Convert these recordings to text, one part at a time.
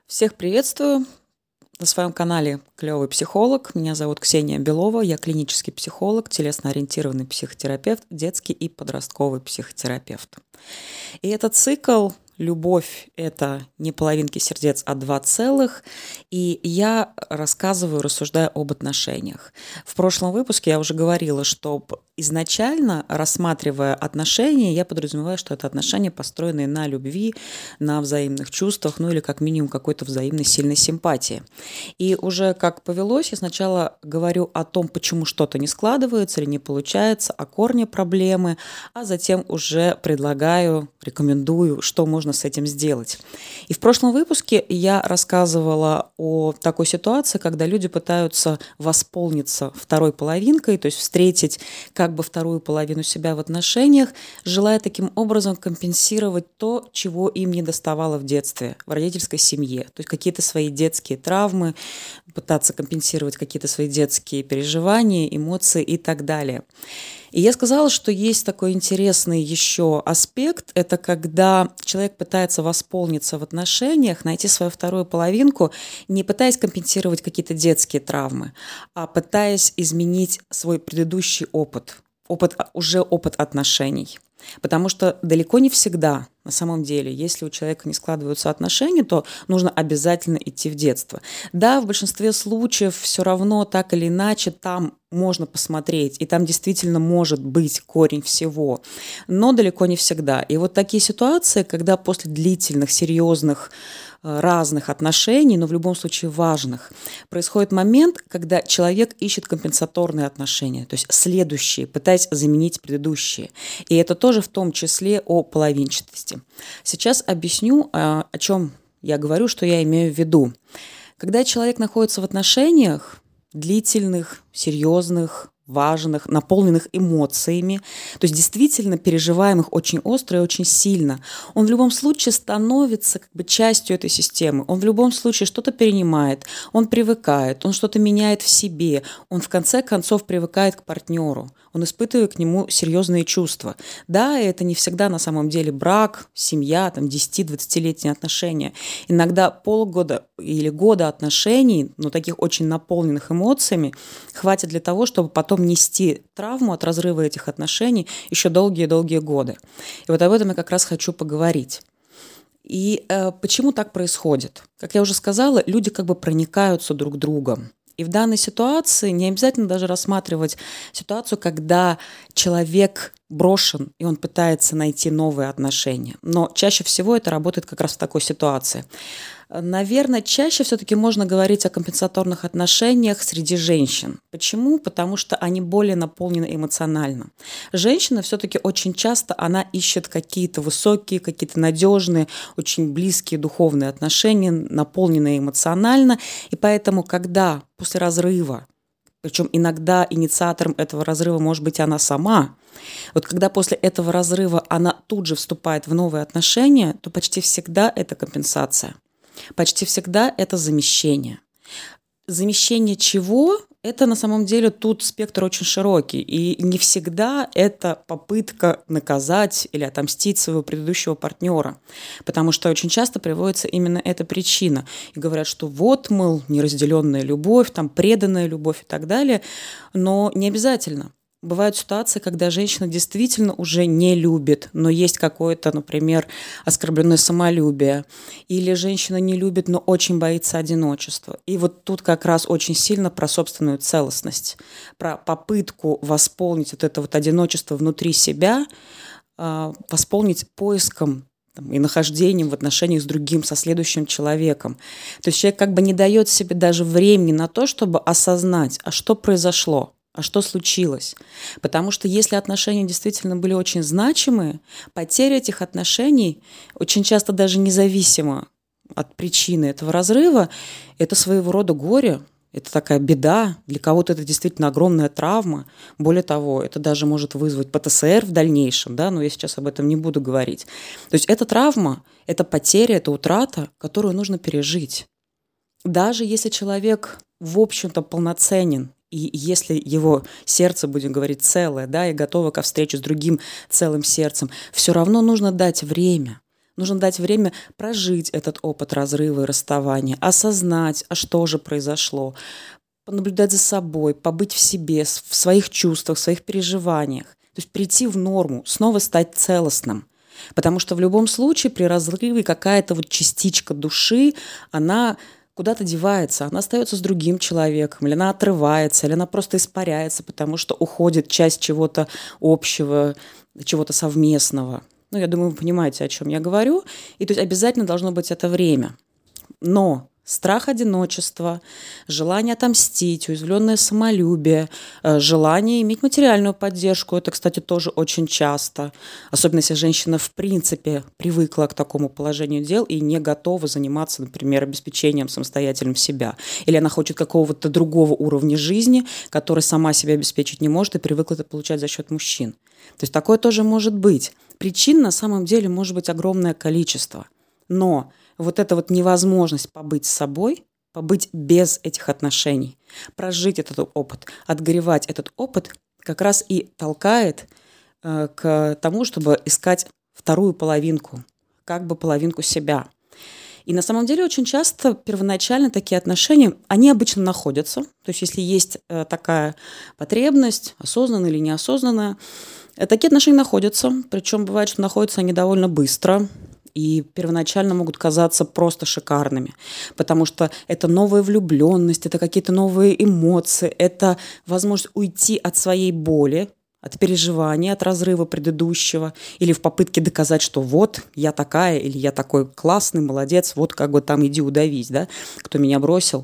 Всех приветствую на своем канале «Клёвый психолог». Меня зовут Ксения Белова, я клинический психолог, телесно-ориентированный психотерапевт, детский и подростковый психотерапевт. И этот цикл «Любовь– это не половинки сердец, а два целых», и я рассуждаю об отношениях. В прошлом выпуске я уже говорила, что изначально, рассматривая отношения, я подразумеваю, что это отношения, построенные на любви, на взаимных чувствах, ну или как минимум какой-то взаимной сильной симпатии. И уже как повелось, я сначала говорю о том, почему что-то не складывается или не получается, о корне проблемы, а затем уже предлагаю, рекомендую, что можно с этим сделать. И в прошлом выпуске я рассказывала о такой ситуации, когда люди пытаются восполниться второй половинкой, то есть встретить как бы вторую половину себя в отношениях, желая таким образом компенсировать то, чего им не доставало в детстве, в родительской семье. То есть какие-то свои детские травмы, пытаться компенсировать какие-то свои детские переживания, эмоции и так далее. И я сказала, что есть такой интересный еще аспект, это когда человек пытается восполниться в отношениях, найти свою вторую половинку, не пытаясь компенсировать какие-то детские травмы, а пытаясь изменить свой предыдущий опыт отношений. Потому что далеко не всегда, на самом деле, если у человека не складываются отношения, то нужно обязательно идти в детство. Да, в большинстве случаев все равно так или иначе там можно посмотреть, и там действительно может быть корень всего, но далеко не всегда. И вот такие ситуации, когда после длительных, серьезных, разных отношений, но в любом случае важных, происходит момент, когда человек ищет компенсаторные отношения, то есть следующие, пытаясь заменить предыдущие. И это тоже в том числе о половинчатости. Сейчас объясню, о чем я говорю, что я имею в виду. Когда человек находится в отношениях длительных, серьезных, важных, наполненных эмоциями, то есть действительно переживаемых очень остро и очень сильно, он в любом случае становится как бы частью этой системы, он в любом случае что-то перенимает, он привыкает, он что-то меняет в себе, он в конце концов привыкает к партнеру, он испытывает к нему серьезные чувства. Да, это не всегда на самом деле брак, семья, там 10-20-летние отношения. Иногда полгода или года отношений, но таких очень наполненных эмоциями, хватит для того, чтобы потом нести травму от разрыва этих отношений еще долгие-долгие годы. И вот об этом я как раз хочу поговорить. И почему так происходит? Как я уже сказала, люди как бы проникаются друг другом. И в данной ситуации не обязательно даже рассматривать ситуацию, когда человек брошен, и он пытается найти новые отношения. Но чаще всего это работает как раз в такой ситуации. Наверное, чаще все-таки можно говорить о компенсаторных отношениях среди женщин. Почему? Потому что они более наполнены эмоционально. Женщина все-таки очень часто она ищет какие-то высокие, какие-то надежные, очень близкие духовные отношения, наполненные эмоционально. И поэтому, когда после разрыва, причем иногда инициатором этого разрыва может быть она сама, вот когда после этого разрыва она тут же вступает в новые отношения, то почти всегда это компенсация. Почти всегда это замещение. Замещение чего? Это на самом деле тут спектр очень широкий. И не всегда это попытка наказать или отомстить своего предыдущего партнера. Потому что очень часто приводится именно эта причина. И говорят, что вот, мол, неразделенная любовь, там, преданная любовь и так далее. Но не обязательно. Бывают ситуации, когда женщина действительно уже не любит, но есть какое-то, например, оскорбленное самолюбие. Или женщина не любит, но очень боится одиночества. И вот тут как раз очень сильно про собственную целостность, про попытку восполнить вот это вот одиночество внутри себя, восполнить поиском и нахождением в отношениях с другим, со следующим человеком. То есть человек как бы не дает себе даже времени на то, чтобы осознать, а что произошло. А что случилось? Потому что если отношения действительно были очень значимые, потеря этих отношений очень часто даже независимо от причины этого разрыва, это своего рода горе, это такая беда, для кого-то это действительно огромная травма. Более того, это даже может вызвать ПТСР в дальнейшем, да, но я сейчас об этом не буду говорить. То есть это травма, это потеря, это утрата, которую нужно пережить. Даже если человек, в общем-то, полноценен, и если его сердце, будем говорить, целое, да, и готово ко встрече с другим целым сердцем, все равно нужно дать время. Нужно дать время прожить этот опыт разрыва и расставания, осознать, а что же произошло, понаблюдать за собой, побыть в себе, в своих чувствах, в своих переживаниях. То есть прийти в норму, снова стать целостным. Потому что в любом случае при разрыве какая-то вот частичка души, она куда-то девается, она остается с другим человеком, или она отрывается, или она просто испаряется, потому что уходит часть чего-то общего, чего-то совместного. Ну, я думаю, вы понимаете, о чем я говорю. И то есть обязательно должно быть это время. Но страх одиночества, желание отомстить, уязвленное самолюбие, желание иметь материальную поддержку. Это, кстати, тоже очень часто. Особенно если женщина в принципе привыкла к такому положению дел и не готова заниматься, например, обеспечением самостоятельным себя. Или она хочет какого-то другого уровня жизни, который сама себя обеспечить не может и привыкла это получать за счет мужчин. То есть такое тоже может быть. Причин на самом деле может быть огромное количество. Но вот эта вот невозможность побыть с собой, побыть без этих отношений, прожить этот опыт, отгоревать этот опыт, как раз и толкает к тому, чтобы искать вторую половинку, как бы половинку себя. И на самом деле очень часто первоначально такие отношения, они обычно находятся. То есть если есть такая потребность, осознанная или неосознанная, такие отношения находятся. Причем бывает, что находятся они довольно быстро и первоначально могут казаться просто шикарными, потому что это новая влюбленность, это какие-то новые эмоции, это возможность уйти от своей боли, от переживания, от разрыва предыдущего, или в попытке доказать, что вот я такая, или я такой классный, молодец, вот как бы там иди удавись, да, кто меня бросил.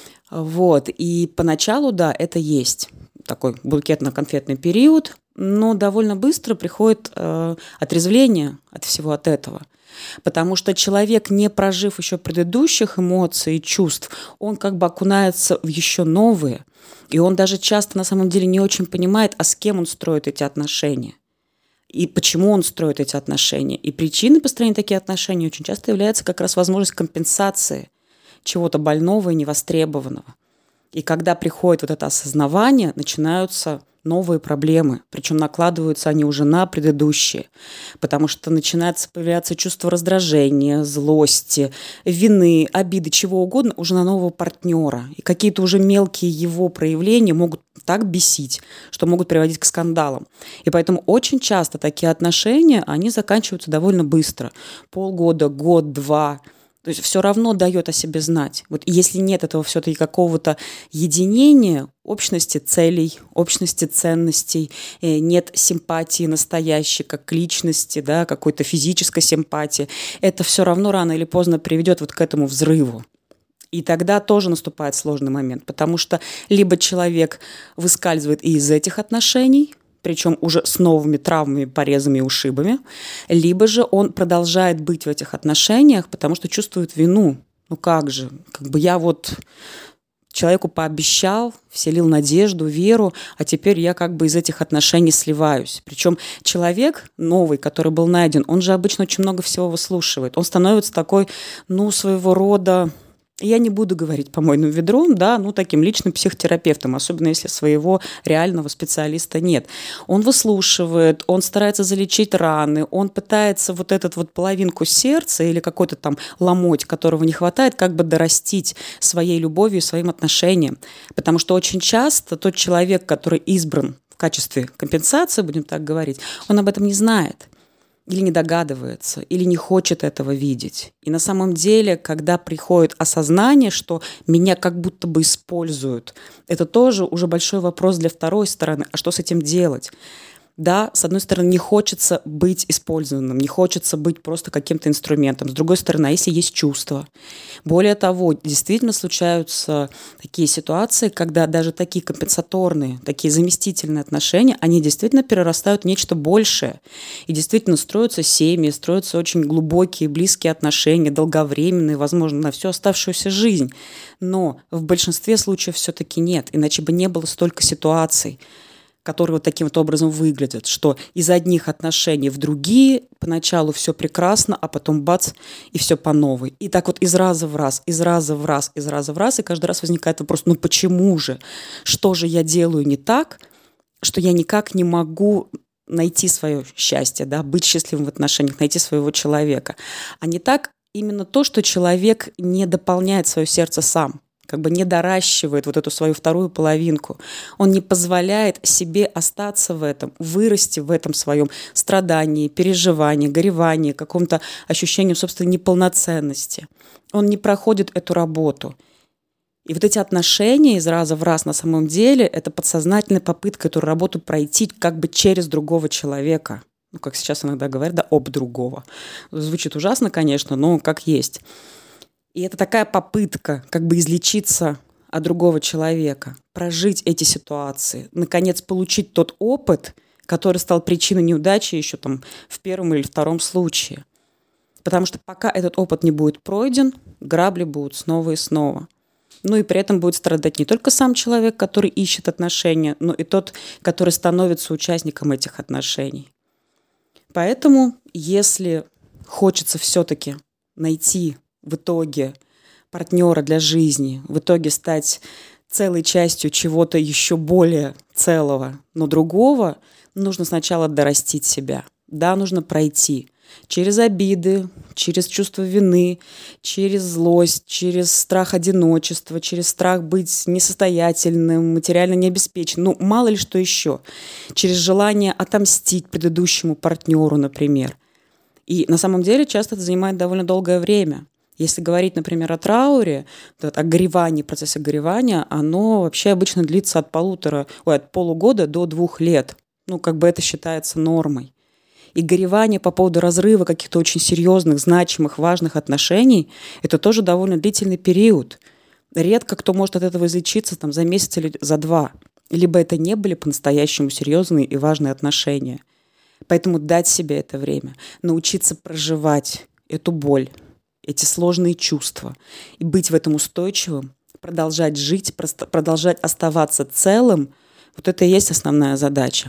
Вот, и поначалу, да, это есть такой букетно-конфетный период, но довольно быстро приходит отрезвление от всего от этого. Потому что человек, не прожив еще предыдущих эмоций и чувств, он как бы окунается в еще новые. И он даже часто на самом деле не очень понимает, а с кем он строит эти отношения. И почему он строит эти отношения. И причиной построения таких отношений очень часто является как раз возможность компенсации чего-то больного и невостребованного. И когда приходит вот это осознавание, начинаются новые проблемы, причем накладываются они уже на предыдущие, потому что начинается появляться чувство раздражения, злости, вины, обиды, чего угодно уже на нового партнера. И какие-то уже мелкие его проявления могут так бесить, что могут приводить к скандалам. И поэтому очень часто такие отношения, они заканчиваются довольно быстро. Полгода, год, два. То есть все равно дает о себе знать. Вот если нет этого все-таки какого-то единения, общности целей, общности ценностей, нет симпатии настоящей, как к личности, да, какой-то физической симпатии, это все равно рано или поздно приведет вот к этому взрыву. И тогда тоже наступает сложный момент, потому что либо человек выскальзывает из этих отношений, причем уже с новыми травмами, порезами и ушибами, либо же он продолжает быть в этих отношениях, потому что чувствует вину. Ну как же, как бы я вот человеку пообещал, вселил надежду, веру, а теперь я как бы из этих отношений сливаюсь. Причем человек новый, который был найден, он же обычно очень много всего выслушивает. Он становится такой, ну, своего рода, я не буду говорить помойным ведром, да, ну, таким личным психотерапевтом, особенно если своего реального специалиста нет. Он выслушивает, он старается залечить раны, он пытается вот эту вот половинку сердца или какой-то там ломоть, которого не хватает, как бы дорастить своей любовью и своим отношением. Потому что очень часто тот человек, который избран в качестве компенсации, будем так говорить, он об этом не знает. Или не догадывается, или не хочет этого видеть. И на самом деле, когда приходит осознание, что меня как будто бы используют, это тоже уже большой вопрос для второй стороны. А что с этим делать? Да, с одной стороны, не хочется быть использованным, не хочется быть просто каким-то инструментом. С другой стороны, а если есть чувства? Более того, действительно случаются такие ситуации, когда даже такие компенсаторные, такие заместительные отношения, они действительно перерастают в нечто большее. И действительно строятся семьи, строятся очень глубокие, близкие отношения, долговременные, возможно, на всю оставшуюся жизнь. Но в большинстве случаев все-таки нет, иначе бы не было столько ситуаций, которые вот таким вот образом выглядят, что из одних отношений в другие поначалу все прекрасно, а потом бац, и все по новой. И так вот из раза в раз, из раза в раз, из раза в раз, и каждый раз возникает вопрос, ну почему же? Что же я делаю не так, что я никак не могу найти свое счастье, да, быть счастливым в отношениях, найти своего человека. А не так именно то, что человек не дополняет свое сердце сам, как бы не доращивает вот эту свою вторую половинку. Он не позволяет себе остаться в этом, вырасти в этом своем страдании, переживании, горевании, каком-то ощущении собственной неполноценности. Он не проходит эту работу. И вот эти отношения из раза в раз на самом деле это подсознательная попытка эту работу пройти как бы через другого человека. Ну, как сейчас иногда говорят, да, об другого. Звучит ужасно, конечно, но как есть. И это такая попытка как бы излечиться от другого человека, прожить эти ситуации, наконец получить тот опыт, который стал причиной неудачи еще там в первом или втором случае. Потому что пока этот опыт не будет пройден, грабли будут снова и снова. Ну и при этом будет страдать не только сам человек, который ищет отношения, но и тот, который становится участником этих отношений. Поэтому, если хочется все-таки найти в итоге партнера для жизни, в итоге стать целой частью чего-то еще более целого, но другого, нужно сначала дорастить себя. Да, нужно пройти через обиды, через чувство вины, через злость, через страх одиночества, через страх быть несостоятельным, материально необеспеченным, ну, мало ли что еще, через желание отомстить предыдущему партнеру, например. И на самом деле часто это занимает довольно долгое время. Если говорить, например, о трауре, о горевании, процессе горевания, оно вообще обычно длится от полугода до 2 лет. Ну, как бы это считается нормой. И горевание по поводу разрыва каких-то очень серьезных, значимых, важных отношений – это тоже довольно длительный период. Редко кто может от этого излечиться там, за месяц или за 2. Либо это не были по-настоящему серьезные и важные отношения. Поэтому дать себе это время, научиться проживать эту боль, эти сложные чувства, и быть в этом устойчивым, продолжать жить, продолжать оставаться целым – вот это и есть основная задача.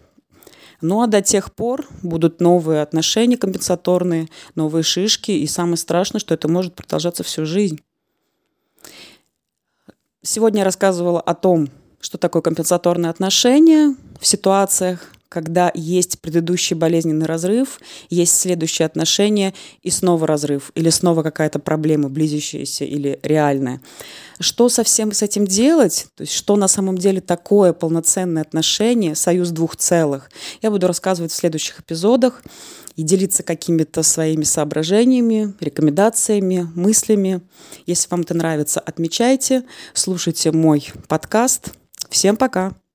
Ну а до тех пор будут новые отношения компенсаторные, новые шишки, и самое страшное, что это может продолжаться всю жизнь. Сегодня я рассказывала о том, что такое компенсаторные отношения в ситуациях, когда есть предыдущий болезненный разрыв, есть следующие отношения и снова разрыв, или снова какая-то проблема, близящаяся или реальная. Что со всем с этим делать? То есть, что на самом деле такое полноценное отношение, союз 2 целых? Я буду рассказывать в следующих эпизодах и делиться какими-то своими соображениями, рекомендациями, мыслями. Если вам это нравится, отмечайте, слушайте мой подкаст. Всем пока!